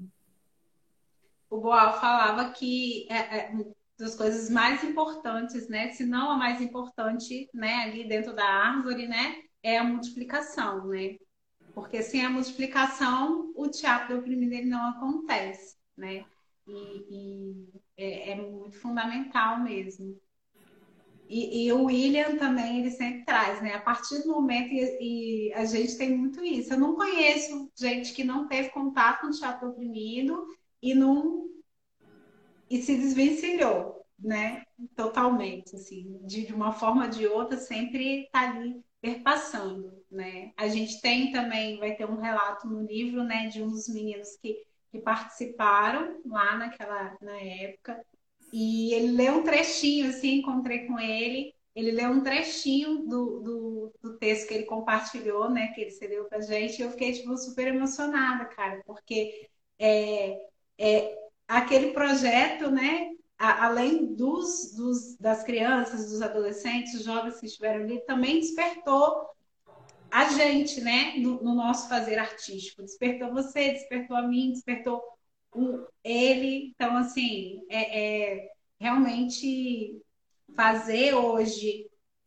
O Boal falava que é, é, das coisas mais importantes, né? Se não a mais importante, né? Ali dentro da árvore, né? É a multiplicação, né? Porque sem a multiplicação, o teatro do oprimido ele não acontece, né? E, e é, é muito fundamental mesmo. E, e o William também, ele sempre traz, né? A partir do momento, e, e a gente tem muito isso. Eu não conheço gente que não teve contato com o teatro oprimido e não e se desvencilhou, né? Totalmente, assim, de, de uma forma ou de outra, sempre está ali perpassando, né? A gente tem também, vai ter um relato no livro, né, de um dos meninos que, que participaram lá naquela na época, e ele leu um trechinho, assim, encontrei com ele, ele leu um trechinho do, do, do texto que ele compartilhou, né, que ele cedeu pra gente, e eu fiquei, tipo, super emocionada, cara, porque é, é, aquele projeto, né, a, além dos, dos, das crianças, dos adolescentes, dos jovens que estiveram ali, também despertou a gente, né, no, no nosso fazer artístico. Despertou você, despertou a mim, despertou o, ele. Então, assim, é, é realmente fazer hoje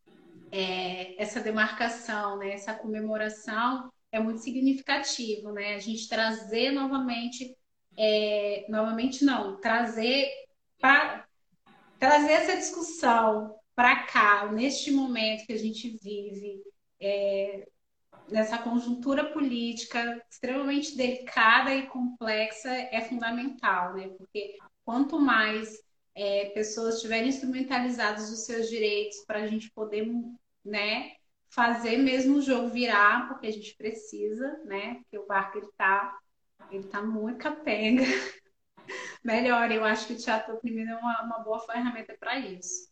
é, essa demarcação, né, essa comemoração é muito significativo, né? A gente trazer novamente, é, novamente não, trazer para trazer essa discussão para cá, neste momento que a gente vive, é, nessa conjuntura política extremamente delicada e complexa, é fundamental, né? Porque quanto mais é, pessoas estiverem instrumentalizadas os seus direitos para a gente poder, né, fazer mesmo o jogo virar, porque a gente precisa, né? Porque o barco ele tá, ele tá muito capenga. Melhor, eu acho que o teatro oprimido é uma, uma boa ferramenta para isso.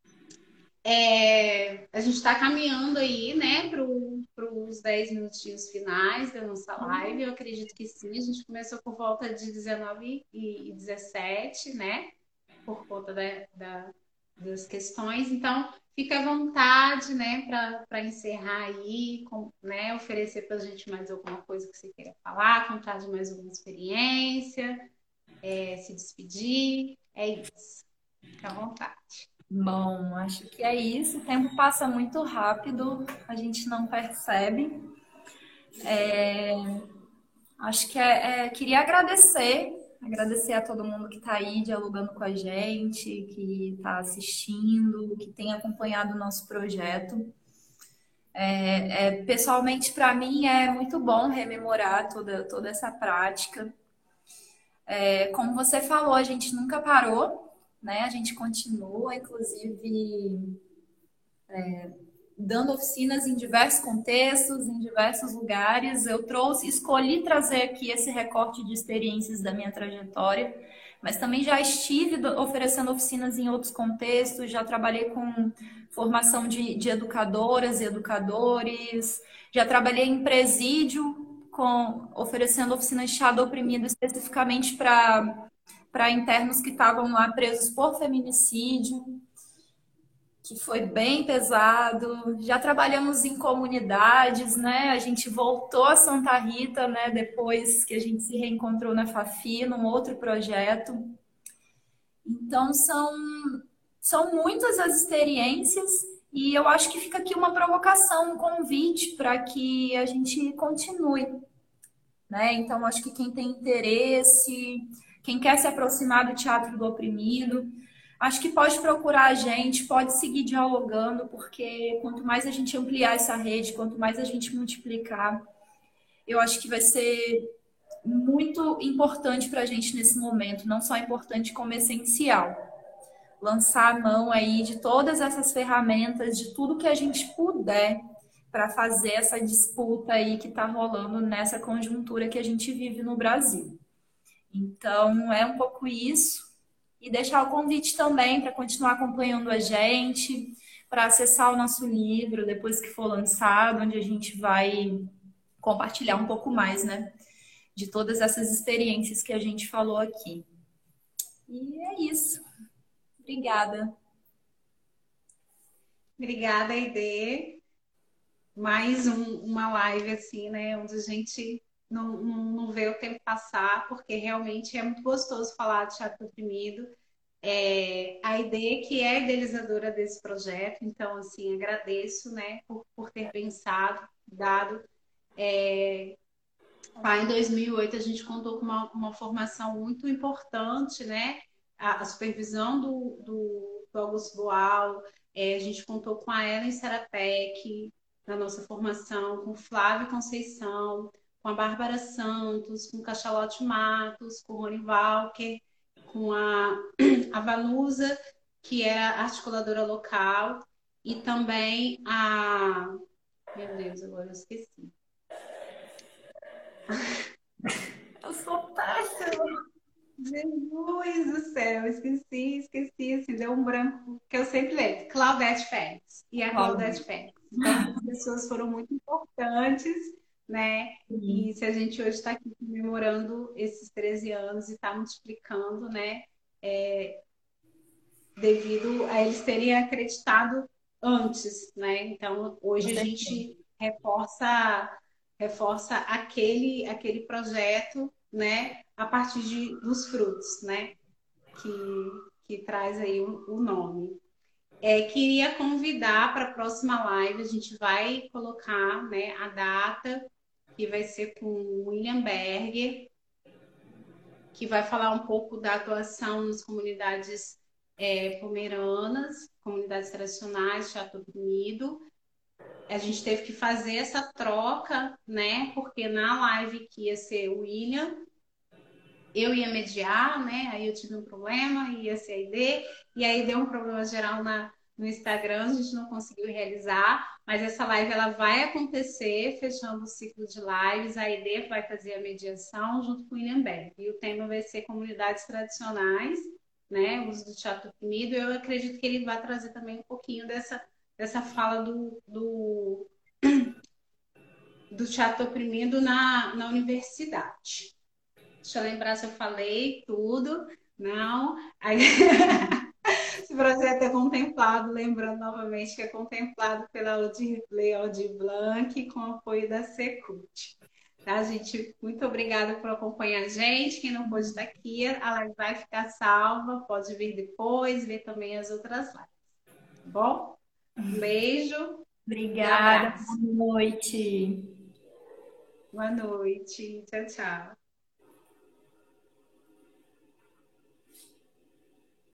É, a gente está caminhando aí, né, para os dez minutinhos finais da nossa live. Eu acredito que sim. A gente começou por volta de dezenove e dezessete, né, por conta da, da, das questões. Então, fica à vontade, né, para encerrar aí, com, né, oferecer para a gente mais alguma coisa que você queira falar, contar de mais alguma experiência, é, se despedir. É isso. Fica à vontade. Bom, acho que é isso. O tempo passa muito rápido, a gente não percebe. É, acho que é, é, queria agradecer, agradecer a todo mundo que está aí dialogando com a gente, que está assistindo, que tem acompanhado o nosso projeto. É, é, pessoalmente, para mim, é muito bom rememorar toda, toda essa prática. É, como você falou, a gente nunca parou, né? A gente continua, inclusive dando oficinas em diversos contextos, em diversos lugares. Eu trouxe, escolhi trazer aqui esse recorte de experiências da minha trajetória, mas também já estive oferecendo oficinas em outros contextos, já trabalhei com formação de, de educadoras e educadores, já trabalhei em presídio, com, oferecendo oficinas de chá do oprimido especificamente para para internos que estavam lá presos por feminicídio, que foi bem pesado. Já trabalhamos em comunidades, né? A gente voltou a Santa Rita, né? Depois que a gente se reencontrou na Fafi, num outro projeto. Então, são, são muitas as experiências e eu acho que fica aqui uma provocação, um convite para que a gente continue, né? Então, acho que quem tem interesse, quem quer se aproximar do teatro do oprimido, acho que pode procurar a gente, pode seguir dialogando, porque quanto mais a gente ampliar essa rede, quanto mais a gente multiplicar, eu acho que vai ser muito importante para a gente nesse momento, não só importante como essencial. Lançar a mão aí de todas essas ferramentas, de tudo que a gente puder para fazer essa disputa aí que está rolando nessa conjuntura que a gente vive no Brasil. Então, é um pouco isso. E deixar o convite também para continuar acompanhando a gente, para acessar o nosso livro depois que for lançado, onde a gente vai compartilhar um pouco mais, né? De todas essas experiências que a gente falou aqui. E é isso. Obrigada. Obrigada, Aide. Mais um, uma live assim, né? Onde a gente não, não, não vê o tempo passar, porque realmente é muito gostoso falar de teatro oprimido. É, a Aide, que é a idealizadora desse projeto, então, assim, agradeço, né, por, por ter pensado, dado. É, lá em dois mil e oito a gente contou com uma, uma formação muito importante, né? A, a supervisão do, do, do Augusto Boal, é, a gente contou com a Ellen Serapec na nossa formação, com o Flávio Conceição, com a Bárbara Santos, com o Cachalote Matos, com o Rony Walker, com a, a Vanusa, que é a articuladora local, e também a... Meu Deus, agora eu esqueci. Eu sou péssima. Jesus do céu, esqueci, esqueci, assim, deu um branco que eu sempre lembro. Claudete Félix e a Claudete Félix. Então, as pessoas foram muito importantes, né? Sim. E se a gente hoje está aqui comemorando esses treze anos e está multiplicando, né? É, devido a eles terem acreditado antes, né? Então, hoje a gente reforça, reforça aquele, aquele projeto, né? A partir de, dos frutos, né? Que, que traz aí o, o nome. É, queria convidar para a próxima live, a gente vai colocar, né, a data, que vai ser com o William Berger, que vai falar um pouco da atuação nas comunidades é, pomeranas, comunidades tradicionais, Teatro Oprimido. A gente teve que fazer essa troca, né? Porque na live que ia ser o William, eu ia mediar, né? Aí eu tive um problema, ia ser a Aide, e aí deu um problema geral na, no Instagram, a gente não conseguiu realizar, mas essa live ela vai acontecer, fechando o ciclo de lives, a Aide vai fazer a mediação junto com o William Berg, e o tema vai ser comunidades tradicionais, né? O uso do teatro oprimido. Eu acredito que ele vai trazer também um pouquinho dessa, dessa fala do, do, do teatro oprimido na, na universidade. Deixa eu lembrar se eu falei tudo. Não. Aí... Esse projeto é contemplado, lembrando novamente que é contemplado pela Lei Aldir Blanc com apoio da Secult. Tá, gente? Muito obrigada por acompanhar a gente. Quem não pôde estar aqui, a live vai ficar salva. Pode vir depois, ver também as outras lives. Tá bom? Um beijo. Obrigada. Boa noite. Boa noite. Tchau, tchau.